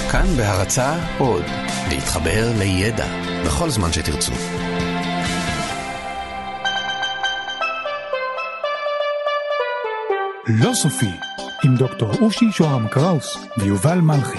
כאן בהרצאה עוד, להתחבר לידע בכל זמן שתרצו. לא סופי, עם דוקטור אושי שוהם קראוס ויובל מלכי.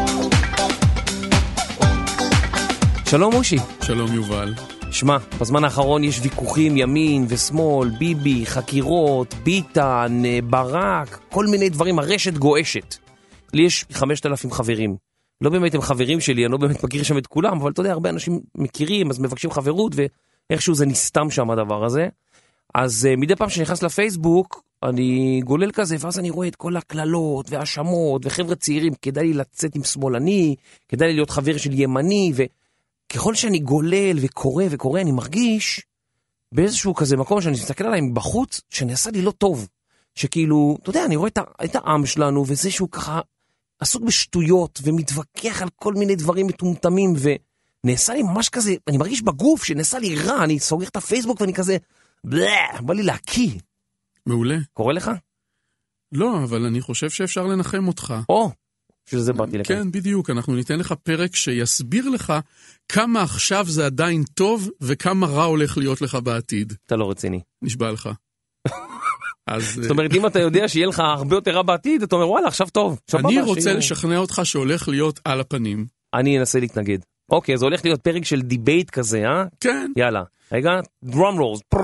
שלום אושי. שלום יובל. שמע, בזמן האחרון יש ויכוחים ימין ושמאל, ביבי, חקירות, ביטן, ברק, כל מיני דברים, הרשת גועשת. לי יש 5,000 חברים. לא באמת הם חברים שלי, אני לא באמת מכיר שם את כולם, אבל אתה יודע, הרבה אנשים מכירים, אז מבקשים חברות, ואיכשהו זה נסתם שם הדבר הזה. אז מדי פעם שנכנס לפייסבוק, אני גולל כזה, ואז אני רואה את כל הכללות והאשמות, וחבר'ה צעירים, כדאי לי לצאת עם שמאלני, כדאי לי להיות חבר של ימני, וככל שאני גולל וקורא, אני מרגיש באיזשהו כזה מקום שאני מסתכל עליי בחוץ, שנעשה לי לא טוב. שכאילו, אתה יודע, אני רואה את העם שלנו, וזה שהוא ככה עסוק בשטויות, ומתווכח על כל מיני דברים מטומטמים, ונעשה לי ממש כזה, אני מרגיש בגוף שנעשה לי רע, אני סוגר את הפייסבוק ואני כזה, בא לי להקיא. מעולה. קורא לך? לא, אבל אני חושב שאפשר לנחם אותך. שזה באתי לכאן. כן, בדיוק. אנחנו ניתן לך פרק שיסביר לך כמה עכשיו זה עדיין טוב, וכמה רע הולך להיות לך בעתיד. אתה לא רציני. נשבע לך. זאת אומרת, אם אתה יודע שיהיה לך הרבה יותר רע בעתיד, אתה אומר, וואלה, עכשיו טוב. אני רוצה לשכנע אותך שהולך להיות על הפנים. אני אנסה להתנגד. אוקיי, זה הולך להיות פרק של דיבייט כזה, אה? כן. יאללה. רגע, drum rolls.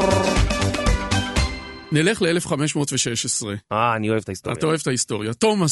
נלך ל-1516. אני אוהב את ההיסטוריה. אתה אוהב את ההיסטוריה.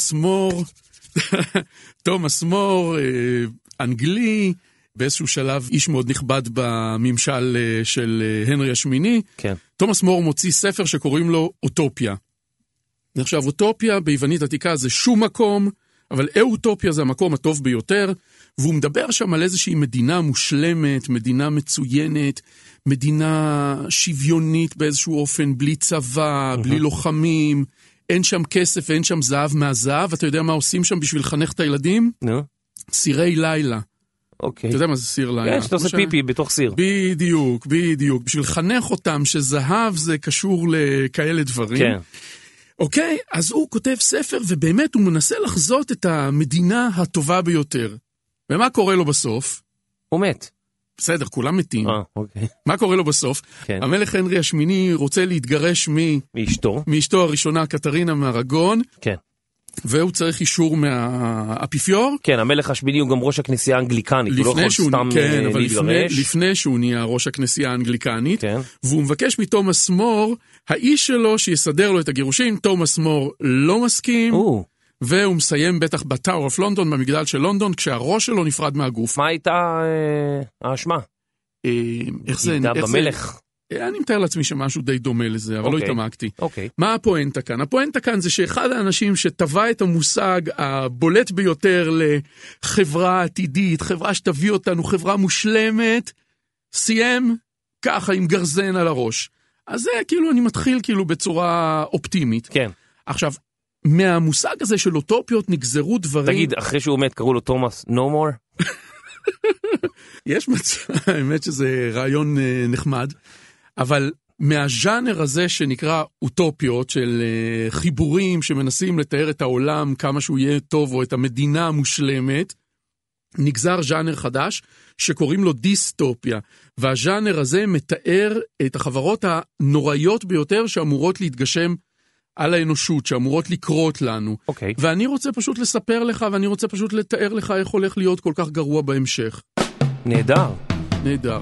תומאס מור, אנגלי, באיזשהו שלב איש מאוד נכבד בממשל של הנרי השמיני. כן. תומאס מור מוציא ספר שקוראים לו אוטופיה. עכשיו, אוטופיה ביוונית עתיקה זה שום מקום, אבל אוטופיה זה המקום הטוב ביותר, והוא מדבר שם על איזושהי מדינה מושלמת, מדינה מצוינת, מדינה שוויונית באיזשהו אופן, בלי צבא, בלי לוחמים, אין שם כסף ואין שם זהב מהזהב. אתה יודע מה עושים שם בשביל לחנך את הילדים? סירי לילה. אוקיי. אתה יודע מה זה סיר לילה? כן, שאתה עושה פיפי בתוך סיר. בדיוק. בשביל לחנך אותם שזהב זה קשור לכאלה דברים. כן. אוקיי, אז הוא כותב ספר, ובאמת הוא מנסה לחזות את המדינה הטובה ביותר. ומה קורה לו בסוף? הוא מת. בסדר, כולם מתים. אוקיי. מה קורה לו בסוף? כן. המלך הנרי השמיני רוצה להתגרש מאשתו הראשונה, קטרינה מארגון. כן. והוא צריך אישור מהאפיפיור. כן, המלך השמיני הוא גם ראש הכנסייה האנגליקנית. הוא לא יכול סתם להתגרש. לפני שהוא נהיה ראש הכנסייה האנגליקנית. כן. והוא מבקש מתומאס מור, האיש שלו שיסדר לו את הגירושים. תומאס מור לא מסכים. והוא מסיים בטח בטאור אוף לונדון, במגדל של לונדון, כשהראש שלו נפרד מהגוף. מה הייתה האשמה? איך זה? במלך. אני מתאר לעצמי שמשהו די דומה לזה, אבל לא התעמקתי. אוקיי. מה הפואנטה כאן? הפואנטה כאן זה שאחד האנשים שטבע את המושג הבולט ביותר לחברה עתידית, חברה שתביא אותנו, חברה מושלמת, סיים ככה עם גרזן על הראש. אז זה כאילו, אני מתחיל כאילו בצורה אופטימית. כן. עכשיו, מהמושג הזה של אוטופיות נגזרו דברים... תגיד, אחרי שהוא מת קראו לו תומאס no more? יש האמת שזה רעיון נחמד, אבל מהז'אנר הזה שנקרא אוטופיות של חיבורים שמנסים לתאר את העולם כמה שהוא יהיה טוב או את המדינה המושלמת, נגזר ז'אנר חדש שקוראים לו דיסטופיה, והז'אנר הזה מתאר את החברות הנוראיות ביותר שאמורות להתגשם על האנושות, שאמורות לקרות לנו. אוקיי. ואני רוצה פשוט לספר לך, ואני רוצה פשוט לתאר לך איך הולך להיות כל כך גרוע בהמשך. נהדר. נהדר.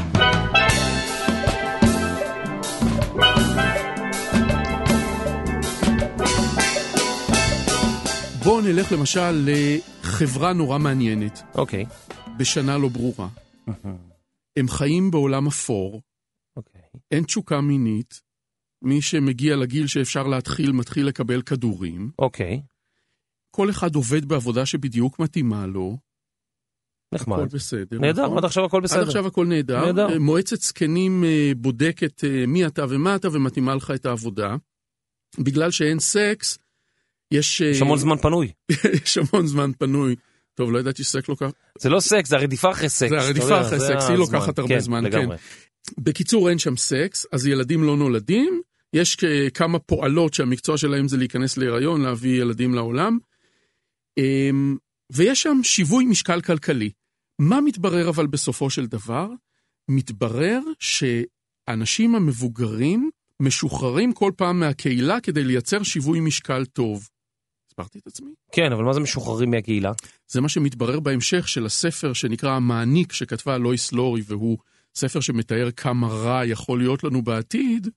בואו נלך למשל לחברה נורא מעניינת. אוקיי. בשנה לא ברורה. הם חיים בעולם אפור. אוקיי. אין תשוקה מינית. מי שמגיע לגיל שאפשר מתחיל לקבל כדורים. אוקיי. כל אחד עובד בעבודה שבדיוק מתאימה לו. נחמד. הכל בסדר. נהדר, נכון? עד עכשיו הכל בסדר. עד עכשיו הכל נהדר. מועצת זקנים בודקת מי אתה ומה אתה ומתאימה לך את העבודה. בגלל שאין סקס, יש המון זמן פנוי. יש המון זמן פנוי. טוב, לא ידעתי שסקס לוקח. זה לא סקס, זה הרדיפה אחרי סקס. זה הרדיפה אחרי סקס, היא לוקחת הרבה זמן. לגמרי. בקיצור, אין שם סקס, אז ילדים לא נולדים. יש כמה פועלות שהמקצוע שלהם זה להיכנס להיריון, להביא ילדים לעולם. ויש שם שיווי משקל כלכלי. מה מתברר אבל בסופו של דבר? מתברר שאנשים המבוגרים משוחררים כל פעם מהקהילה כדי לייצר שיווי משקל טוב. הסברתי את עצמי? כן, אבל מה זה משוחררים מהקהילה? זה מה שמתברר בהמשך של הספר שנקרא המעניק, שכתבה לואיס לורי, והוא ספר שמתאר כמה רע יכול להיות לנו בעתיד.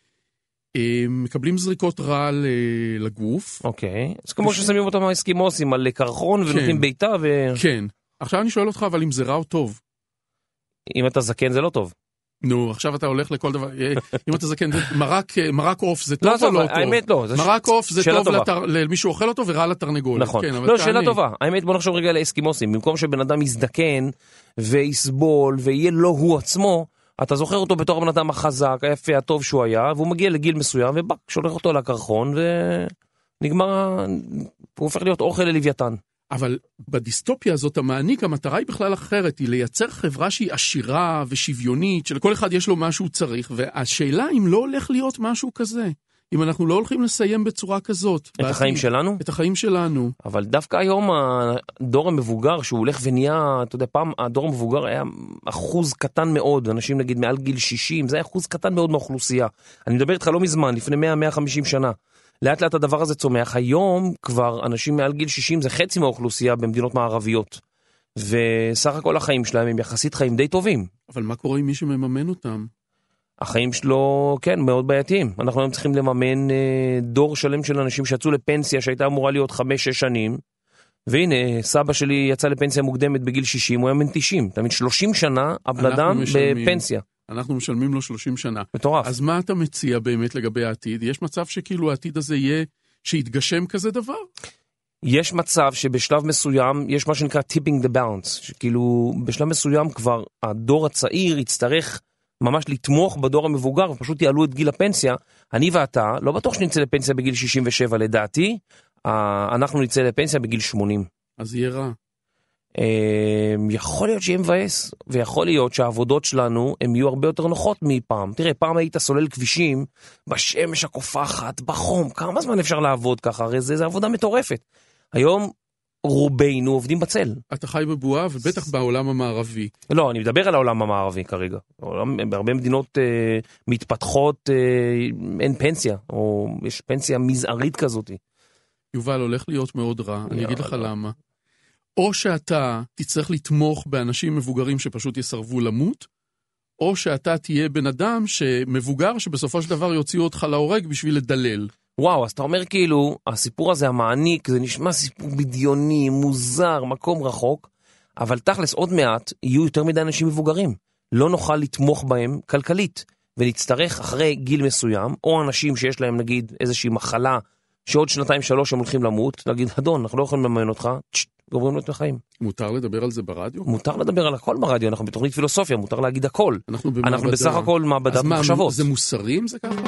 מקבלים זריקות רע לגוף. אוקיי. אז כמו ששמים אותם האסקימוסים על קרחון ונותנים ביתה כן. עכשיו אני שואל אותך, אבל אם זה רע או טוב? אם אתה זקן זה לא טוב. נו, עכשיו אתה הולך לכל דבר, אם אתה זקן, מרק עוף זה טוב או לא טוב? האמת לא. מרק עוף זה טוב למישהו אוכל אותו ורע לתרנגולת. נכון. לא, שאלה טובה. האמת, בוא נחשוב רגע לאסקימוסים. במקום שבן אדם יזדקן ויסבול ויהיה לא הוא עצמו, אתה זוכר אותו בתור בן אדם החזק, היפה, הטוב שהוא היה, והוא מגיע לגיל מסוים ובק, שולח אותו לקרחון ונגמר, הוא הופך להיות אוכל ללוויתן. אבל בדיסטופיה הזאת המעניק, המטרה היא בכלל אחרת, היא לייצר חברה שהיא עשירה ושוויונית, שלכל אחד יש לו מה שהוא צריך, והשאלה אם לא הולך להיות משהו כזה, אם אנחנו לא הולכים לסיים בצורה כזאת. את החיים שלנו? את החיים שלנו. אבל דווקא היום הדור המבוגר שהוא הולך ונהיה, אתה יודע, פעם הדור המבוגר היה אחוז קטן מאוד, אנשים נגיד מעל גיל 60, זה היה אחוז קטן מאוד מהאוכלוסייה. אני מדבר איתך לא מזמן, לפני 100-150 שנה. לאט לאט הדבר הזה צומח. היום כבר אנשים מעל גיל 60 זה חצי מהאוכלוסייה במדינות מערביות. וסך הכל החיים שלהם הם יחסית חיים די טובים. אבל מה קורה עם מי שמממן אותם? החיים שלו, כן, מאוד בעייתיים. אנחנו היום צריכים לממן דור שלם של אנשים שיצאו לפנסיה שהייתה אמורה להיות 5-6 שנים. והנה, סבא שלי יצא לפנסיה מוקדמת בגיל 60, הוא היה בן 90. תמיד 30 שנה הבן אדם בפנסיה. אנחנו משלמים לו 30 שנה. מטורף. אז מה אתה מציע באמת לגבי העתיד? יש מצב שכאילו העתיד הזה יהיה, שיתגשם כזה דבר? יש מצב שבשלב מסוים, יש מה שנקרא tipping the balance, שכאילו בשלב מסוים כבר הדור הצעיר יצטרך ממש לתמוך בדור המבוגר, ופשוט יעלו את גיל הפנסיה. אני ואתה, לא בטוח שנצא לפנסיה בגיל 67, לדעתי, אנחנו נצא לפנסיה בגיל 80. אז יהיה רע. יכול להיות שיהיה מבאס, ויכול להיות שהעבודות שלנו הם יהיו הרבה יותר נוחות מפעם. תראה, פעם היית סולל כבישים בשמש הקופחת, בחום, כמה זמן אפשר לעבוד ככה? הרי זה עבודה מטורפת. היום רובנו עובדים בצל. אתה חי בבועה ובטח בעולם המערבי. לא, אני מדבר על העולם המערבי כרגע. בהרבה מדינות מתפתחות אין פנסיה, או יש פנסיה מזערית כזאת. יובל, הולך להיות מאוד רע, אני אגיד לך למה. או שאתה תצטרך לתמוך באנשים מבוגרים שפשוט יסרבו למות, או שאתה תהיה בן אדם שמבוגר שבסופו של דבר יוציאו אותך להורג בשביל לדלל. וואו, אז אתה אומר כאילו, הסיפור הזה המעניק, זה נשמע סיפור בדיוני, מוזר, מקום רחוק, אבל תכלס עוד מעט יהיו יותר מדי אנשים מבוגרים. לא נוכל לתמוך בהם כלכלית, ונצטרך אחרי גיל מסוים, או אנשים שיש להם נגיד איזושהי מחלה, שעוד 2-3 הם הולכים למות, להגיד, אדון, אנחנו לא יכולים לממן אותך, גומרים לו את החיים. מותר לדבר על זה ברדיו? מותר לדבר על הכל ברדיו, אנחנו בתוכנית פילוסופיה, מותר להגיד הכל. אנחנו בסך הכל מעבדת מחשבות. אז מה, זה מוסרים זה ככה?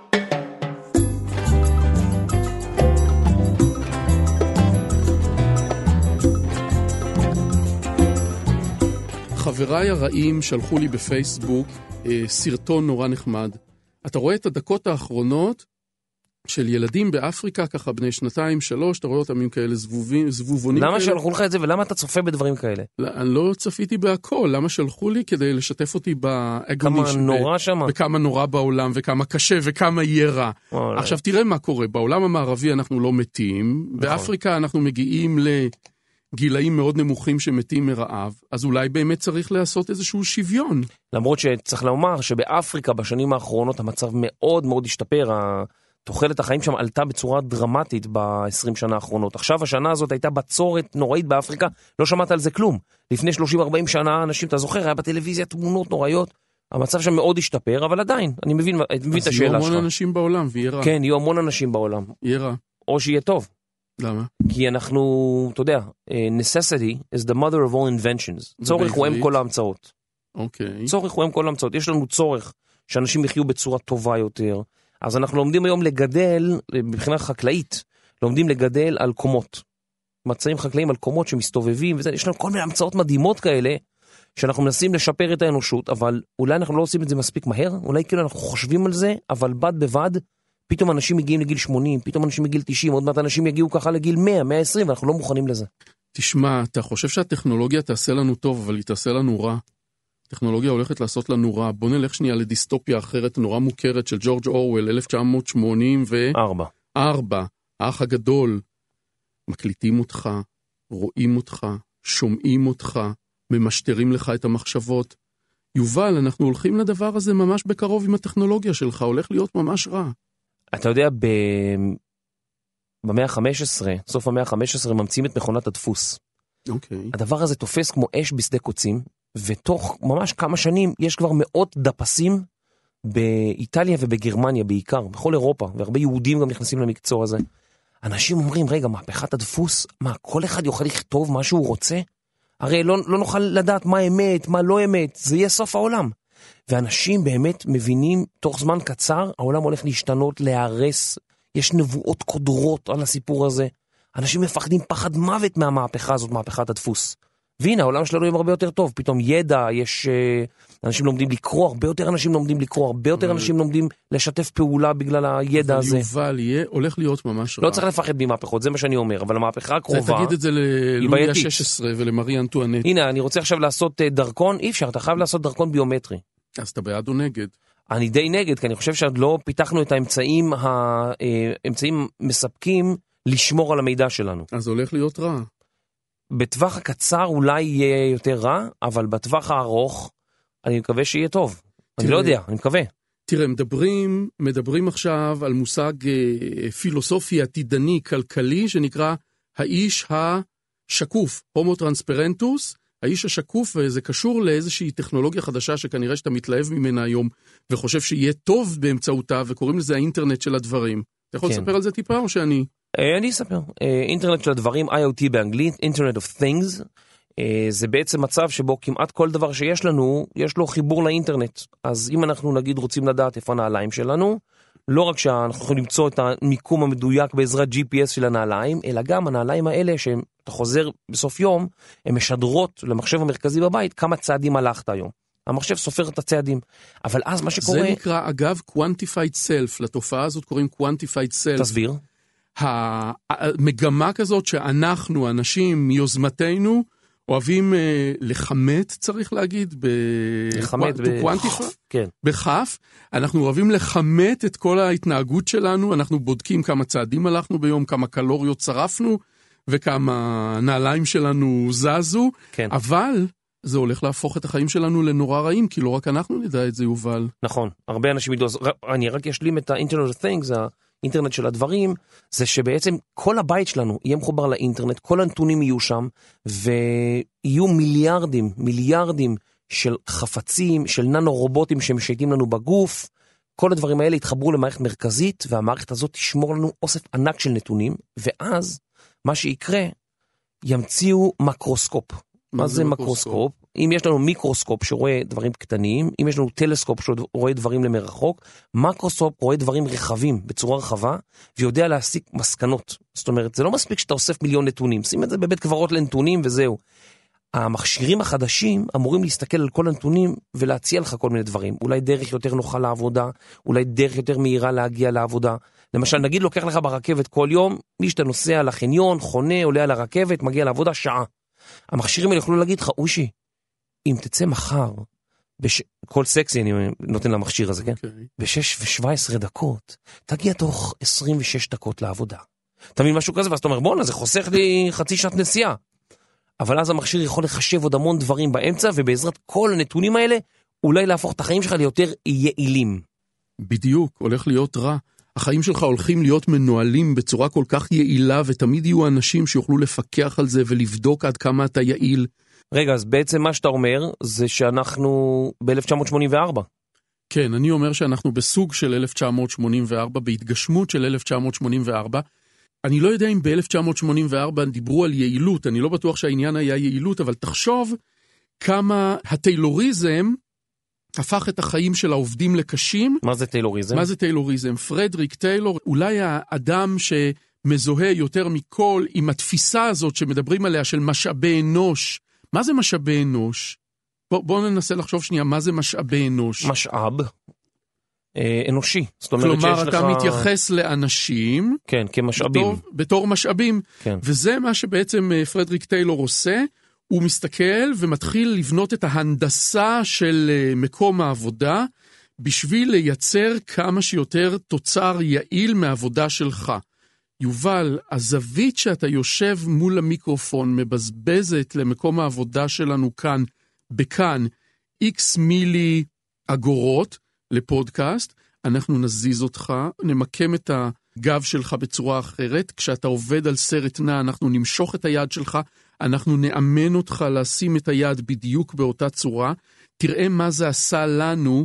חבריי הרעים שלחו לי בפייסבוק סרטון נורא נחמד. אתה רואה את הדקות האחרונות של ילדים באפריקה, ככה בני 2-3, אתה רואה אותם עם כאלה זבובונים. למה שלחו לך את זה ולמה אתה צופה בדברים כאלה? אני לא צפיתי בהכל, למה שלחו לי כדי לשתף אותי באגוני. כמה נורא שמה. וכמה נורא בעולם, וכמה קשה וכמה יהיה רע. עכשיו תראה מה קורה, בעולם המערבי אנחנו לא מתים, באפריקה אנחנו מגיעים לגילאים מאוד נמוכים שמתים מרעב, אז אולי באמת צריך לעשות איזשהו שוויון. למרות שצריך לומר שבאפריקה בשנים האחרונות המצב מאוד מאוד השתפר, תוחלת החיים שם עלתה בצורה דרמטית ב-20 שנה האחרונות. עכשיו השנה הזאת הייתה בצורת נוראית באפריקה, לא שמעת על זה כלום. לפני 30-40 שנה אנשים, אתה זוכר, היה בטלוויזיה תמונות נוראיות, המצב שם מאוד השתפר, אבל עדיין, אני מבין את השאלה שלך. אז יהיו המון אנשים בעולם ויהיה רע. כן, יהיו המון אנשים בעולם. יהיה רע. או שיהיה טוב. למה? כי אנחנו, אתה יודע, necessity is the mother of all inventions. צורך הוא אם כל ההמצאות. אוקיי. צורך הוא אם כל ההמצאות. יש לנו צורך שאנשים יחיו בצורה טובה יותר. אז אנחנו לומדים היום לגדל, מבחינה חקלאית, לומדים לגדל על קומות. מצעים חקלאים על קומות שמסתובבים, וזה, יש לנו כל מיני המצאות מדהימות כאלה, שאנחנו מנסים לשפר את האנושות, אבל אולי אנחנו לא עושים את זה מספיק מהר, אולי כאילו אנחנו חושבים על זה, אבל בד בבד, פתאום אנשים מגיעים לגיל 80, פתאום אנשים מגיל 90, עוד מעט אנשים יגיעו ככה לגיל 100, 120, ואנחנו לא מוכנים לזה. תשמע, אתה חושב שהטכנולוגיה תעשה לנו טוב, אבל היא תעשה לנו רע. הטכנולוגיה הולכת לעשות לנו רע. בוא נלך שנייה לדיסטופיה אחרת, נורא מוכרת של ג'ורג' אורוול, 1984. האח הגדול. מקליטים אותך, רואים אותך, שומעים אותך, ממשטרים לך את המחשבות. יובל, אנחנו הולכים לדבר הזה ממש בקרוב עם הטכנולוגיה שלך, הולך להיות ממש רע. אתה יודע, במאה ה-15, סוף המאה ה-15, ממציאים את מכונת הדפוס. אוקיי. הדבר הזה תופס כמו אש בשדה קוצים, ותוך ממש כמה שנים יש כבר מאות דפסים באיטליה ובגרמניה בעיקר, בכל אירופה, והרבה יהודים גם נכנסים למקצוע הזה. אנשים אומרים, רגע, מהפכת הדפוס, מה, כל אחד יוכל לכתוב מה שהוא רוצה? הרי לא נוכל לדעת מה אמת, מה לא אמת, זה יהיה סוף העולם. ואנשים באמת מבינים, תוך זמן קצר, העולם הולך להשתנות, להירס, יש נבואות קודרות על הסיפור הזה. אנשים מפחדים פחד מוות מהמהפכה הזאת, מהפכת הדפוס. והנה, העולם שלנו יהיה הרבה יותר טוב, פתאום ידע, יש אנשים לומדים לקרוא, הרבה יותר אנשים לומדים לקרוא, הרבה יותר אנשים לומדים לשתף פעולה בגלל הידע הזה. יובל, הולך להיות ממש רע. לא צריך לפחד ממהפכות, זה מה שאני אומר, אבל המהפכה הקרובה, תגיד את זה ללואי ה-16 ולמרי אנטואנט. הנה, אני רוצה עכשיו לעשות דרכון, אי אפשר, אתה חייב לעשות דרכון ביומטרי. אז אתה בעד או נגד? אני די נגד, כי אני חושב שעוד לא פיתחנו את האמצעים מספקים לשמור על המידע שלנו. אז הולך להיות רע. בטווח הקצר אולי יהיה יותר רע, אבל בטווח הארוך אני מקווה שיהיה טוב. אני לא יודע, אני מקווה. תראה, מדברים עכשיו על מושג פילוסופי עתידני כלכלי, שנקרא האיש השקוף, הומו טרנספרנטוס, האיש השקוף, וזה קשור לאיזושהי טכנולוגיה חדשה שכנראה שאתה מתלהב ממנה היום, וחושב שיהיה טוב באמצעותה, וקוראים לזה האינטרנט של הדברים. אתה יכול לספר על זה טיפה או שאני? אני אספר. אינטרנט של הדברים, IoT באנגלית, Internet of Things, זה בעצם מצב שבו כמעט כל דבר שיש לנו, יש לו חיבור לאינטרנט. אז אם אנחנו נגיד רוצים לדעת איפה הנעליים שלנו, לא רק שאנחנו יכולים למצוא את המיקום המדויק בעזרת GPS של הנעליים, אלא גם הנעליים האלה שאתה חוזר בסוף יום, הן משדרות למחשב המרכזי בבית כמה צעדים הלכת היום. המחשב סופר את הצעדים. אבל אז מה שקורה... זה נקרא, אגב, quantified self. לתופעה הזאת קוראים quantified self. תסביר. המגמה כזאת שאנחנו, אנשים מיוזמתנו, אוהבים לחמת, צריך להגיד, בכף. אנחנו אוהבים לחמת את כל ההתנהגות שלנו, אנחנו בודקים כמה צעדים הלכנו ביום, כמה קלוריות שרפנו, וכמה נעליים שלנו זזו, כן. אבל זה הולך להפוך את החיים שלנו לנורא רעים, כי לא רק אנחנו נדע את זה, יובל. נכון, הרבה אנשים ידעו, אני רק אשלים את ה-Internet of Things, האינטרנט של הדברים, זה שבעצם כל הבית שלנו יהיה מחובר לאינטרנט, כל הנתונים יהיו שם, ויהיו מיליארדים של חפצים, של ננו רובוטים שמשייטים לנו בגוף, כל הדברים האלה יתחברו למערכת מרכזית, והמערכת הזאת תשמור לנו אוסף ענק של נתונים, ואז מה שיקרה, ימציאו מקרוסקופ. מה זה מקרוסקופ? אם יש לנו מיקרוסקופ שרואה דברים קטנים, אם יש לנו טלסקופ שרואה דברים למרחוק, מקרוסקופ רואה דברים רחבים בצורה רחבה, ויודע להסיק מסקנות. זאת אומרת, זה לא מספיק שאתה אוסף מיליון נתונים, שים את זה בבית קברות לנתונים וזהו. המכשירים החדשים אמורים להסתכל על כל הנתונים ולהציע לך כל מיני דברים. אולי דרך יותר נוחה לעבודה, אולי דרך יותר מהירה להגיע לעבודה. למשל, נגיד לוקח לך ברכבת כל יום, מי שאתה נוסע לחניון, חונה, עולה על הרכבת, מגיע לעבודה שעה. המכשירים האלה יוכלו להגיד לך, אושי, אם תצא מחר, כל סקסי אני נותן למכשיר הזה, כן? ב-6:17 דקות, תגיע תוך 26 דקות לעבודה. אתה מבין משהו כזה? ואז אתה אומר, בוא'נה, זה חוסך לי חצי שעת נסיעה. אבל אז המכשיר יכול לחשב עוד המון דברים באמצע, ובעזרת כל הנתונים האלה, אולי להפוך את החיים שלך ליותר יעילים. בדיוק, הולך להיות רע. החיים שלך הולכים להיות מנוהלים בצורה כל כך יעילה, ותמיד יהיו אנשים שיוכלו לפקח על זה ולבדוק עד כמה אתה יעיל. רגע, אז בעצם מה שאתה אומר זה שאנחנו ב-1984. כן, אני אומר שאנחנו בסוג של 1984, בהתגשמות של 1984. אני לא יודע אם ב-1984 דיברו על יעילות, אני לא בטוח שהעניין היה יעילות, אבל תחשוב כמה הטיילוריזם הפך את החיים של העובדים לקשים. מה זה טיילוריזם? מה זה טיילוריזם? פרדריק טיילור, אולי האדם שמזוהה יותר מכל עם התפיסה הזאת שמדברים עליה של משאבי אנוש. מה זה משאבי אנוש? בואו ננסה לחשוב שנייה, מה זה משאבי אנוש? משאב. אנושי. זאת אומרת כלומר, אתה מתייחס לאנשים, כן, כמשאבים. בתור משאבים, כן. וזה מה שבעצם פרדריק טיילור עושה, הוא מסתכל ומתחיל לבנות את ההנדסה של מקום העבודה, בשביל לייצר כמה שיותר תוצר יעיל מהעבודה שלך. יובל, הזווית שאתה יושב מול המיקרופון מבזבזת למקום העבודה שלנו כאן, בכאן, X מילי אגורות לפודקאסט, אנחנו נזיז אותך, נמקם את הגב שלך בצורה אחרת, כשאתה עובד על סרט נע, אנחנו נמשוך את היד שלך, אנחנו נאמן אותך לשים את היד בדיוק באותה צורה, תראה מה זה עשה לנו,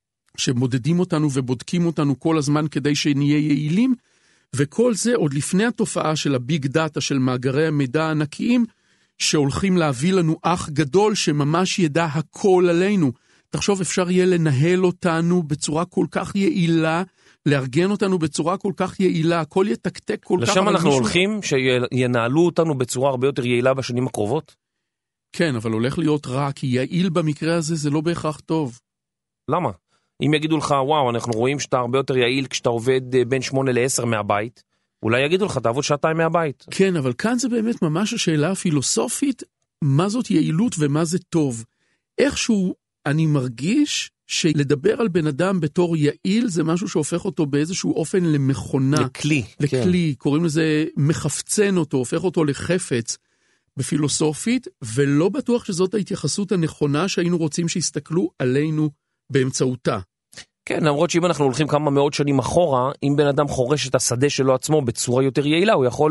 שמודדים אותנו ובודקים אותנו כל הזמן כדי שנהיה יעילים, וכל זה עוד לפני התופעה של הביג דאטה, של מאגרי המידע הענקיים, שהולכים להביא לנו אח גדול שממש ידע הכל עלינו. תחשוב, אפשר יהיה לנהל אותנו בצורה כל כך יעילה, לארגן אותנו בצורה כל כך יעילה, הכל יתקתק כל כך... לשם אנחנו הולכים שינהלו אותנו בצורה הרבה יותר יעילה בשנים הקרובות? כן, אבל הולך להיות רע, כי יעיל במקרה הזה זה לא בהכרח טוב. למה? אם יגידו לך, וואו, אנחנו רואים שאתה הרבה יותר יעיל כשאתה עובד בין 8 ל-10 מהבית, אולי יגידו לך, תעבוד 2 מהבית. כן, אבל כאן זה באמת ממש השאלה הפילוסופית, מה זאת יעילות ומה זה טוב. איכשהו אני מרגיש שלדבר על בן אדם בתור יעיל, זה משהו שהופך אותו באיזשהו אופן למכונה. לכלי. לכלי, כן. קוראים לזה מחפצן אותו, הופך אותו לחפץ בפילוסופית, ולא בטוח שזאת ההתייחסות הנכונה שהיינו רוצים שיסתכלו עלינו באמצעותה. כן, למרות שאם אנחנו הולכים כמה מאות שנים אחורה, אם בן אדם חורש את השדה שלו עצמו בצורה יותר יעילה, הוא יכול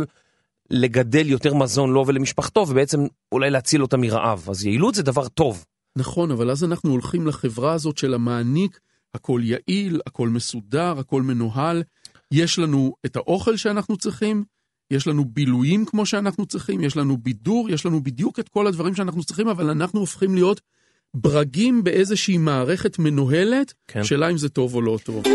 לגדל יותר מזון לו ולמשפחתו, ובעצם אולי להציל אותה מרעב. אז יעילות זה דבר טוב. נכון, אבל אז אנחנו הולכים לחברה הזאת של המעניק, הכל יעיל, הכל מסודר, הכל מנוהל, יש לנו את האוכל שאנחנו צריכים, יש לנו בילויים כמו שאנחנו צריכים, יש לנו בידור, יש לנו בדיוק את כל הדברים שאנחנו צריכים, אבל אנחנו הופכים להיות ברגים באיזושהי מערכת מנוהלת, כן. שאלה אם זה טוב או לא טוב.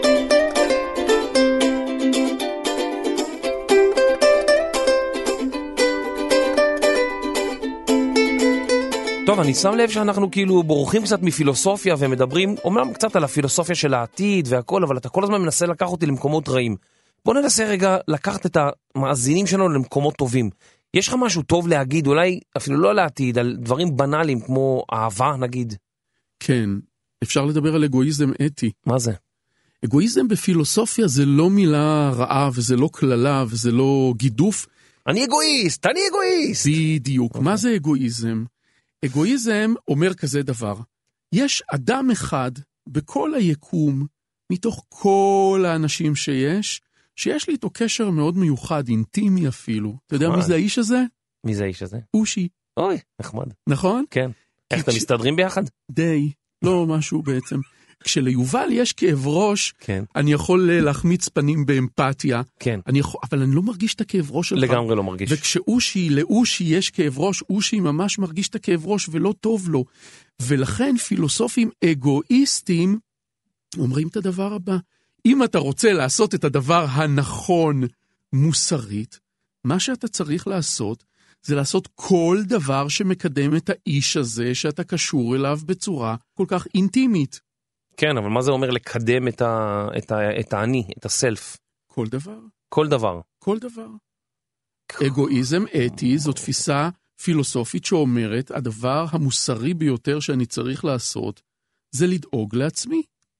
טוב, אני שם לב שאנחנו כאילו בורחים קצת מפילוסופיה ומדברים, אומנם קצת על הפילוסופיה של העתיד והכל, אבל אתה כל הזמן מנסה לקח אותי למקומות רעים. בוא ננסה רגע לקחת את המאזינים שלנו למקומות טובים. יש לך משהו טוב להגיד, אולי אפילו לא לעתיד, על דברים בנאליים כמו אהבה נגיד? כן, אפשר לדבר על אגואיזם אתי. מה זה? אגואיזם בפילוסופיה זה לא מילה רעה וזה לא כללה וזה לא גידוף. אני אגואיסט, אני אגואיסט. בדיוק, מה זה אגואיזם? אגואיזם אומר כזה דבר, יש אדם אחד בכל היקום, מתוך כל האנשים שיש לי איתו קשר מאוד מיוחד, אינטימי אפילו. אתה יודע מי זה האיש הזה? מי זה האיש הזה? אושי. אוי, נחמד. נכון? כן. איך אתם מסתדרים ביחד? די, לא משהו בעצם. כשליובל יש כאב ראש, כן. אני יכול להחמיץ פנים באמפתיה, כן. אבל אני לא מרגיש את הכאב ראש שלך. לגמרי לא מרגיש. לאושי יש כאב ראש, אושי ממש מרגיש את הכאב ראש ולא טוב לו. ולכן פילוסופים אגואיסטים אומרים את הדבר הבא, אם אתה רוצה לעשות את הדבר הנכון מוסרית, מה שאתה צריך לעשות, זה לעשות כל דבר שמקדם את האיש הזה שאתה קשור אליו בצורה כל כך אינטימית. כן, אבל מה זה אומר לקדם את האני, את הסלף? כל דבר. כל דבר. כל דבר. אגואיזם אתי זו תפיסה פילוסופית שאומרת, הדבר המוסרי ביותר שאני צריך לעשות, זה לדאוג לעצמי.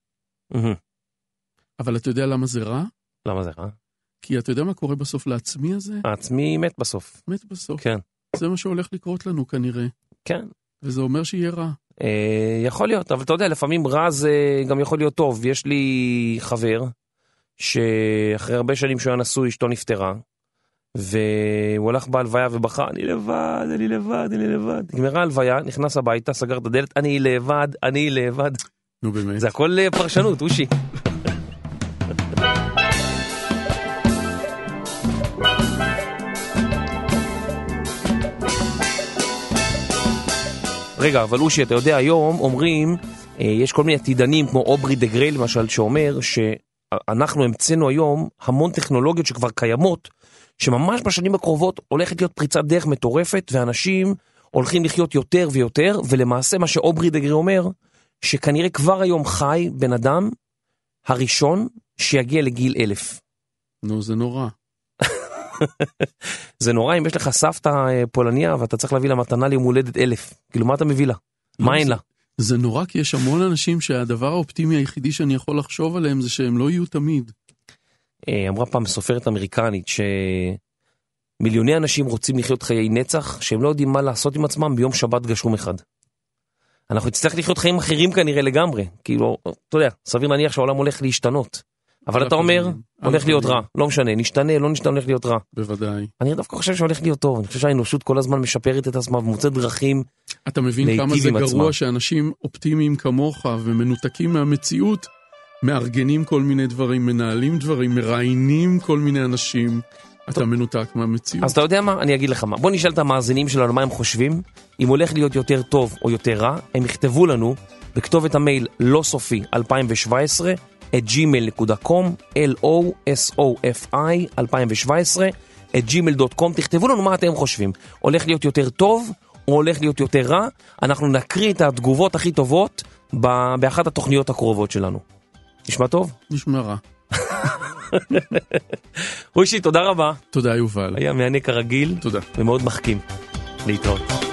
אבל אתה יודע למה זה רע? למה זה רע? כי אתה יודע מה קורה בסוף לעצמי הזה? העצמי מת בסוף. מת בסוף. כן. זה מה שהולך לקרות לנו כנראה. כן. וזה אומר שיהיה רע. יכול להיות, אבל אתה יודע, לפעמים רע זה גם יכול להיות טוב. יש לי חבר, שאחרי הרבה שנים שהוא היה נשוי, אשתו נפטרה, והוא הלך בהלוויה ובכה, אני לבד, אני לבד, אני לבד. נגמרה ההלוויה, נכנס הביתה, סגר את הדלת, אני לבד, אני לבד. נו באמת. זה הכל פרשנות, אושי. רגע, אבל אושי, אתה יודע, היום אומרים, יש כל מיני עתידנים כמו אוברי דה גריי למשל, שאומר שאנחנו המצאנו היום המון טכנולוגיות שכבר קיימות, שממש בשנים הקרובות הולכת להיות פריצת דרך מטורפת, ואנשים הולכים לחיות יותר ויותר, ולמעשה מה שאוברי דה גריי אומר, שכנראה כבר היום חי בן אדם, הראשון שיגיע לגיל 1000. נו, זה נורא. זה נורא אם יש לך סבתא פולניה ואתה צריך להביא לה מתנה ליום הולדת 1000. כאילו מה אתה מביא לה? מה אין לה? זה נורא כי יש המון אנשים שהדבר האופטימי היחידי שאני יכול לחשוב עליהם זה שהם לא יהיו תמיד. אמרה פעם סופרת אמריקנית שמיליוני אנשים רוצים לחיות חיי נצח שהם לא יודעים מה לעשות עם עצמם ביום שבת גשום אחד. אנחנו נצטרך לחיות חיים אחרים כנראה לגמרי. כאילו, אתה יודע, סביר להניח שהעולם הולך להשתנות. אבל אתה אומר, הולך להיות רע. לא משנה, נשתנה, לא נשתנה, הולך להיות רע. בוודאי. אני דווקא חושב שהולך להיות טוב. אני חושב שהאנושות כל הזמן משפרת את עצמה ומוצאת דרכים. אתה מבין כמה זה גרוע שאנשים אופטימיים כמוך ומנותקים מהמציאות, מארגנים כל מיני דברים, מנהלים דברים, מראיינים כל מיני אנשים. אתה מנותק מהמציאות. אז אתה יודע מה? אני אגיד לך מה. בוא נשאל את המאזינים שלנו מה הם חושבים. אם הולך להיות יותר טוב או יותר רע, הם יכתבו לנו בכתובת המייל לא סופי 2017 @gmail.com LOSOFI 2017 @gmail.com. תכתבו לנו מה אתם חושבים. הולך להיות יותר טוב או הולך להיות יותר רע? אנחנו נקריא את התגובות הכי טובות באחת התוכניות הקרובות שלנו. נשמע טוב? נשמע רע. אושי, תודה רבה. תודה יובל. היה מענה כרגיל. תודה. ומאוד מחכים. להתראות.